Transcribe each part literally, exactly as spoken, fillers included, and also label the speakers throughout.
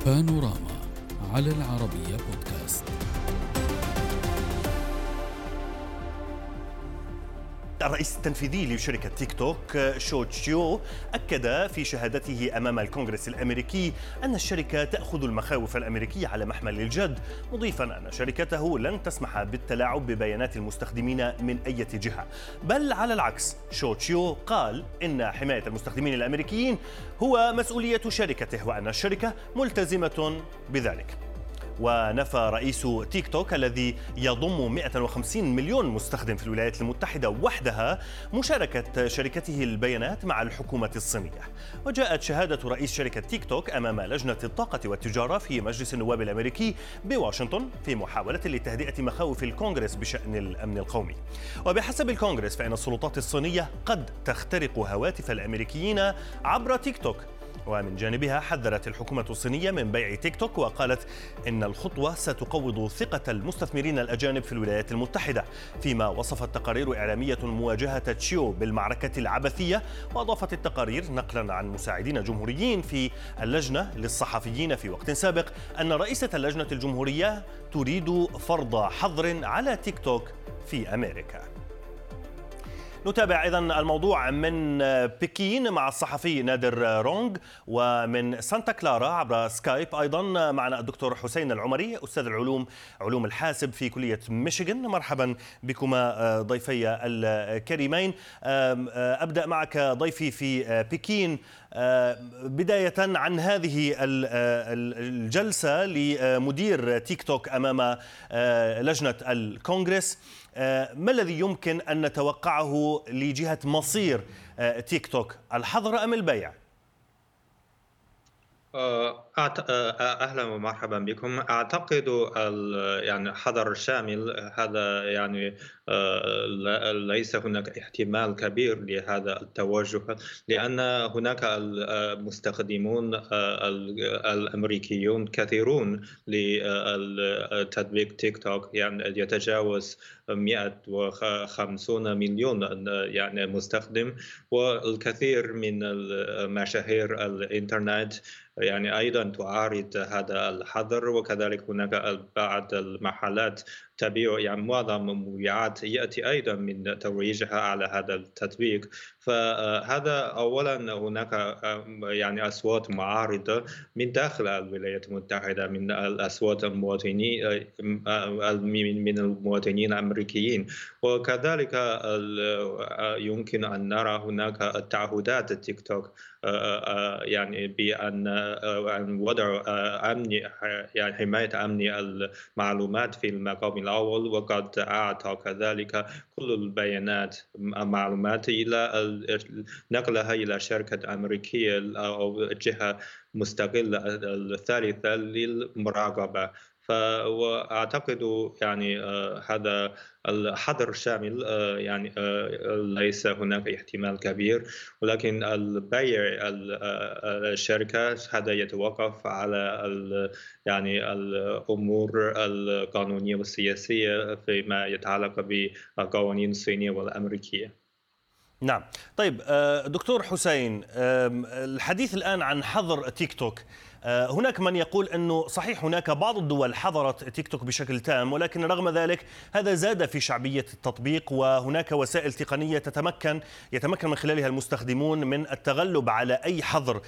Speaker 1: بانوراما على العربية بودكاست.
Speaker 2: الرئيس التنفيذي لشركة تيك توك شو تشيو أكد في شهادته أمام الكونغرس الأمريكي أن الشركة تأخذ المخاوف الأمريكية على محمل الجد، مضيفا أن شركته لن تسمح بالتلاعب ببيانات المستخدمين من أي جهة، بل على العكس. شو تشيو قال إن حماية المستخدمين الأمريكيين هو مسؤولية شركته وأن الشركة ملتزمة بذلك. ونفى رئيس تيك توك الذي يضم مئة وخمسين مليون مستخدم في الولايات المتحدة وحدها مشاركة شركته البيانات مع الحكومة الصينية. وجاءت شهادة رئيس شركة تيك توك أمام لجنة الطاقة والتجارة في مجلس النواب الأمريكي بواشنطن في محاولة لتهدئة مخاوف الكونغرس بشأن الأمن القومي. وبحسب الكونغرس فإن السلطات الصينية قد تخترق هواتف الأمريكيين عبر تيك توك. ومن جانبها حذرت الحكومة الصينية من بيع تيك توك، وقالت إن الخطوة ستقوض ثقة المستثمرين الأجانب في الولايات المتحدة، فيما وصفت تقارير إعلامية مواجهة تشيو بالمعركة العبثية. وأضافت التقارير نقلا عن مساعدين جمهوريين في اللجنة للصحفيين في وقت سابق أن رئيسة اللجنة الجمهورية تريد فرض حظر على تيك توك في أمريكا. نتابع إذن الموضوع من بكين مع الصحفي نادر رونغ، ومن سانتا كلارا عبر سكايب أيضا معنا الدكتور حسين العمري أستاذ العلوم علوم الحاسب في كلية ميشيغان. مرحبا بكما ضيفي الكريمين. أبدأ معك ضيفي في بكين، بداية عن هذه الجلسة لمدير تيك توك أمام لجنة الكونغرس، ما الذي يمكن أن نتوقعه لجهة مصير تيك توك، الحظر أم البيع؟
Speaker 3: أهلا ومرحبا بكم. أعتقد يعني حظر شامل هذا يعني ليس هناك احتمال كبير لهذا التوجه، لأن هناك المستخدمون الأمريكيون كثيرون لتطبيق تيك توك، يعني يتجاوز مئة وخمسين مليون يعني مستخدم، والكثير من مشاهير الإنترنت يعني أيضا تعارض هذا الحظر. وكذلك هناك بعض المحلات تبيع يعني معظم المبيعات يأتي أيضا من ترويجها على هذا التطبيق. فهذا أولا هناك يعني أصوات معارضة من داخل الولايات المتحدة، من الأصوات المواطنين من المواطنين الأمريكيين. وكذلك يمكن أن نرى هناك تعهدات تيك توك يعني بأن وضع أمني يعني حماية أمن المعلومات في المقام الأول، وقد أعطى كذلك كل البيانات معلومات إلى نقلها إلى شركة أمريكية أو جهة مستقلة الثالثة للمراقبة. فأعتقد يعني هذا الحظر شامل يعني ليس هناك احتمال كبير، ولكن البيع الشركة هذا يتوقف على يعني الأمور القانونية والسياسية فيما يتعلق بالقوانين الصينية والأمريكية.
Speaker 2: نعم. طيب دكتور حسين، الحديث الآن عن حظر تيك توك، هناك من يقول أنه صحيح هناك بعض الدول حظرت تيك توك بشكل تام، ولكن رغم ذلك هذا زاد في شعبية التطبيق، وهناك وسائل تقنية تتمكن يتمكن من خلالها المستخدمون من التغلب على أي حظر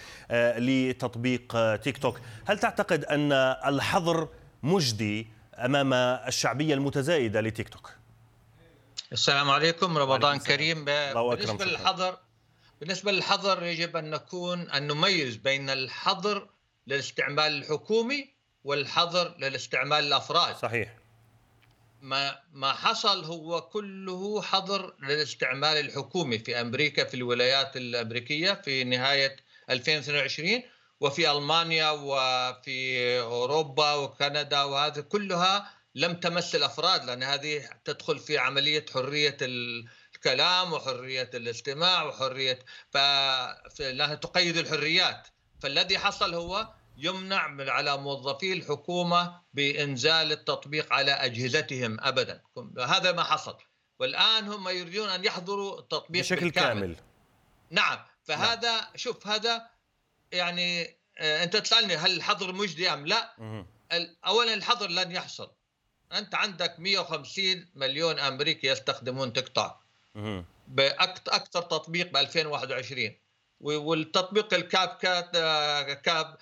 Speaker 2: لتطبيق تيك توك. هل تعتقد أن الحظر مجدي أمام الشعبية المتزايدة لتيك توك؟
Speaker 4: السلام عليكم، رمضان كريم. بالنسبة للحظر بالنسبة للحظر يجب أن نكون أن نميز بين الحظر للاستعمال الحكومي والحظر للاستعمال الأفراد.
Speaker 2: صحيح.
Speaker 4: ما ما حصل هو كله حظر للاستعمال الحكومي في أمريكا، في الولايات الأمريكية في نهاية ألفين واثنين وعشرين، وفي ألمانيا وفي أوروبا وكندا، وهذه كلها لم تمس الأفراد، لأن هذه تدخل في عملية حرية الكلام وحرية الاستماع وحرية فلها تقيد الحريات. فالذي حصل هو يمنع من على موظفي الحكومة بإنزال التطبيق على أجهزتهم أبدا. هذا ما حصل، والآن هم يريدون أن يحضروا التطبيق
Speaker 2: بشكل
Speaker 4: بالكامل.
Speaker 2: كامل.
Speaker 4: نعم. فهذا نعم. شوف، هذا يعني انت تسالني هل الحظر مجدي ام لا؟ اولا الحظر لن يحصل. انت عندك مئة وخمسين مليون امريكي يستخدمون تيك توك باكثر تطبيق ب ألفين وواحد وعشرين، والتطبيق الكاب كات كاب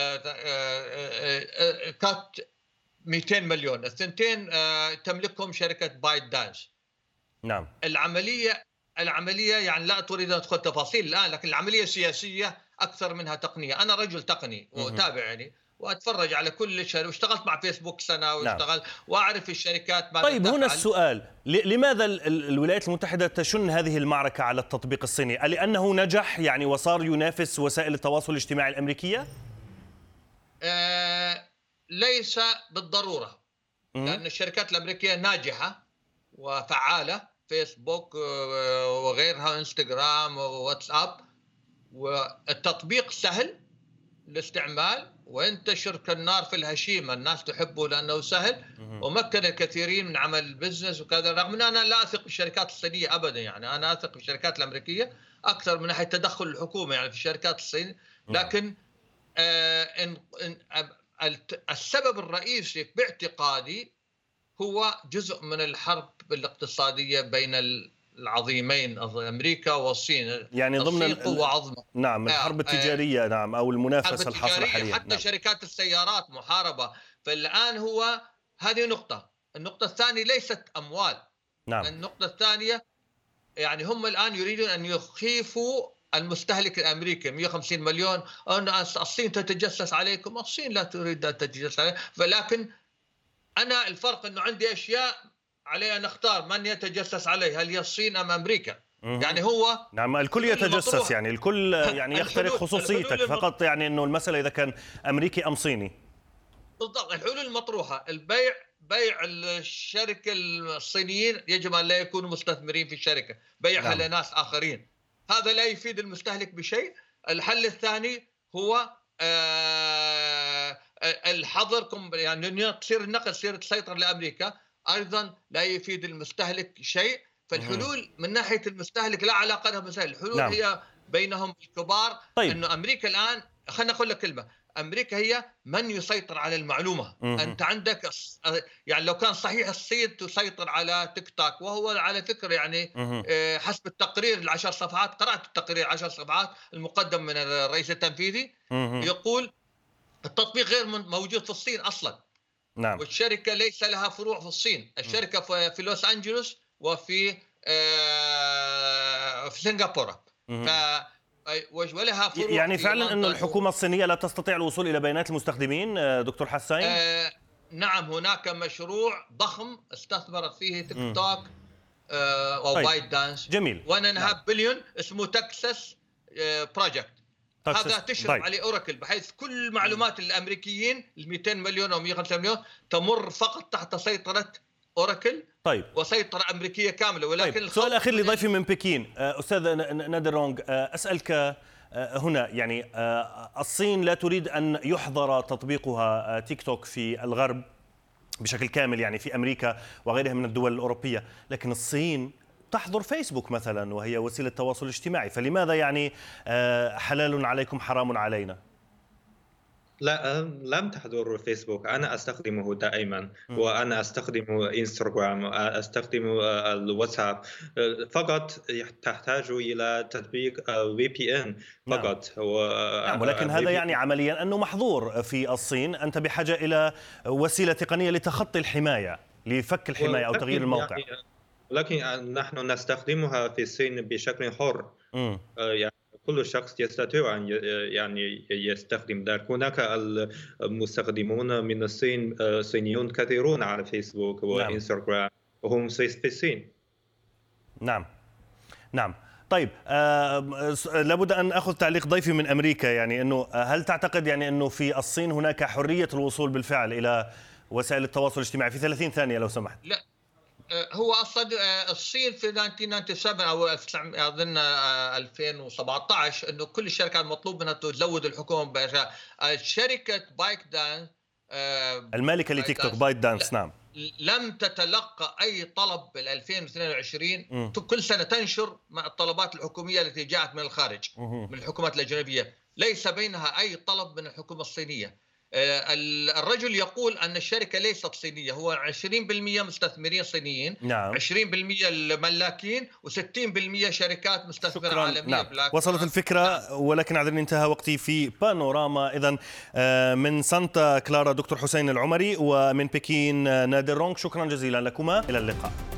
Speaker 4: كات مئتين مليون، الثنتين تملكهم شركه بايت دانس.
Speaker 2: نعم.
Speaker 4: العمليه العمليه يعني لا تريد ان ادخل تفاصيل الان، لكن العمليه سياسيه اكثر منها تقنيه. انا رجل تقني واتابع يعني واتفرج على كل الشركات، واشتغلت مع فيسبوك سنه واشتغل نعم. واعرف الشركات ما
Speaker 2: طيب تفعل. هنا السؤال، لماذا الولايات المتحده تشن هذه المعركه على التطبيق الصيني؟ لانه نجح يعني وصار ينافس وسائل التواصل الاجتماعي الامريكيه؟
Speaker 4: آه ليس بالضروره، لان الشركات الامريكيه ناجحه وفعاله، فيسبوك وغيرها، انستغرام وواتساب، والتطبيق سهل الاستعمال وينتشر كالنار في الهشيمة، الناس تحبه لأنه سهل ومكن الكثيرين من عمل البزنس وكذا. رغم أن أنا لا أثق بالشركات الصينية أبدا، يعني أنا أثق بالشركات الأمريكية أكثر من ناحية تدخل الحكومة يعني في الشركات الصينية. لكن آه إن إن السبب الرئيسي باعتقادي هو جزء من الحرب الاقتصادية بين العظيمين أمريكا والصين،
Speaker 2: يعني ضمن
Speaker 4: قوة عظمى.
Speaker 2: نعم الحرب التجارية. آه نعم أو المنافسة الحاصلة حاليا.
Speaker 4: حتى
Speaker 2: نعم.
Speaker 4: شركات السيارات محاربة. فالآن هو هذه نقطة. النقطة الثانية ليست أموال.
Speaker 2: نعم.
Speaker 4: النقطة الثانية يعني هم الآن يريدون أن يخيفوا المستهلك الأمريكي. مئة وخمسين مليون، الصين تتجسس عليكم. الصين لا تريد أن تتجسس عليكم، ولكن أنا الفرق أنه عندي أشياء علي أن أختار من يتجسس عليه، هل هي الصين أم أمريكا؟ يعني هو
Speaker 2: نعم الكل يتجسس، يعني الكل يعني يخترق خصوصيتك فقط، يعني أنه المسألة إذا كان أمريكي أم صيني.
Speaker 4: بالضبط. الحلول المطروحة البيع، بيع الشركة الصينيين يجب أن لا يكونوا مستثمرين في الشركة، بيعها نعم. لناس آخرين، هذا لا يفيد المستهلك بشيء. الحل الثاني هو آه الحظر، يعني تصير النقل، تصير تسيطر لأمريكا، أيضا لا يفيد المستهلك شيء. فالحلول من ناحية المستهلك لا علاقة لها بالمسائل، الحلول نعم. هي بينهم الكبار.
Speaker 2: طيب.
Speaker 4: أنه أمريكا الآن، خلنا أقول لك كلمة، أمريكا هي من يسيطر على المعلومة. مم. أنت عندك يعني لو كان صحيح الصين تسيطر على تيك توك، وهو على فكرة يعني مم. حسب التقرير العشر صفحات، قرأت التقرير العشر صفحات المقدم من الرئيس التنفيذي، مم. يقول التطبيق غير موجود في الصين أصلا.
Speaker 2: نعم.
Speaker 4: والشركة ليس لها فروع في الصين، الشركة في لوس أنجلوس وفي آه في سنغافورة، ف ولها فروع.
Speaker 2: يعني فعلا أن الحكومة الصينية لا تستطيع الوصول إلى بيانات المستخدمين دكتور حسين؟
Speaker 4: آه نعم، هناك مشروع ضخم استثمرت فيه تيك توك آه أو طيب. بايت دانس.
Speaker 2: جميل.
Speaker 4: وننهب نعم. بليون، اسمه تكساس آه بروجكت. هذا تشرف طيب. عليه أوراكل، بحيث كل معلومات الأمريكيين ال مئتين مليون أو مئة وخمسة مليون تمر فقط تحت سيطرة أوراكل.
Speaker 2: طيب.
Speaker 4: وسيطرة أمريكية كاملة. ولكن
Speaker 2: طيب. سؤال أخير لضيفي من بكين، أستاذ نادر رونغ، أسألك هنا، يعني الصين لا تريد أن يحظر تطبيقها تيك توك في الغرب بشكل كامل، يعني في أمريكا وغيرها من الدول الأوروبية، لكن الصين تحظر فيسبوك مثلا وهي وسيلة تواصل اجتماعي، فلماذا يعني حلال عليكم حرام علينا؟
Speaker 3: لا، لم تحضر فيسبوك، أنا أستخدمه دائما، وأنا أستخدم إنستغرام، أستخدم الواتساب، فقط تحتاج إلى تطبيق في بي إن فقط.
Speaker 2: نعم. نعم. ولكن هذا يعني عمليا أنه محظور في الصين، أنت بحاجة إلى وسيلة تقنية لتخطي الحماية، لفك الحماية أو تغيير الموقع.
Speaker 3: يعني لكن نحن نستخدمها في الصين بشكل حر، يعني كل شخص يستطيع أن يعني يستخدم ذلك. هناك المستخدمون من الصين صينيون كثيرون على فيسبوك وإنستغرام، وهم في الصين.
Speaker 2: نعم نعم. طيب آه لابد أن أخذ تعليق ضيفي من أمريكا، يعني أنه هل تعتقد يعني أنه في الصين هناك حرية الوصول بالفعل إلى وسائل التواصل الاجتماعي؟ في ثلاثين ثانية لو سمحت.
Speaker 4: لا، هو أصلا الصين في ألف وتسعمئة وسبعة وتسعين أو أظن ألفين وسبعة عشر إنه كل الشركات مطلوب منها تزود الحكومة بأشياء. شركة بايت دانس
Speaker 2: المالكة لتيك توك بايت دانس نعم
Speaker 4: لم تتلقى أي طلب بال ألفين واثنين وعشرين. م. كل سنة تنشر الطلبات الحكومية التي جاءت من الخارج، م. من الحكومات الأجنبية. ليس بينها أي طلب من الحكومة الصينية. الرجل يقول أن الشركة ليست صينية، هو عشرين بالمئة مستثمرين صينيين،
Speaker 2: نعم.
Speaker 4: عشرين بالمئة الملاكين، وستين بالمئة شركات مستثمرة عالمية.
Speaker 2: نعم. وصلت الفكرة. نعم. ولكن أعذرني انتهى وقتي في بانوراما. إذن من سانتا كلارا دكتور حسين العمري، ومن بكين نادر رونغ، شكرا جزيلا لكما، إلى اللقاء.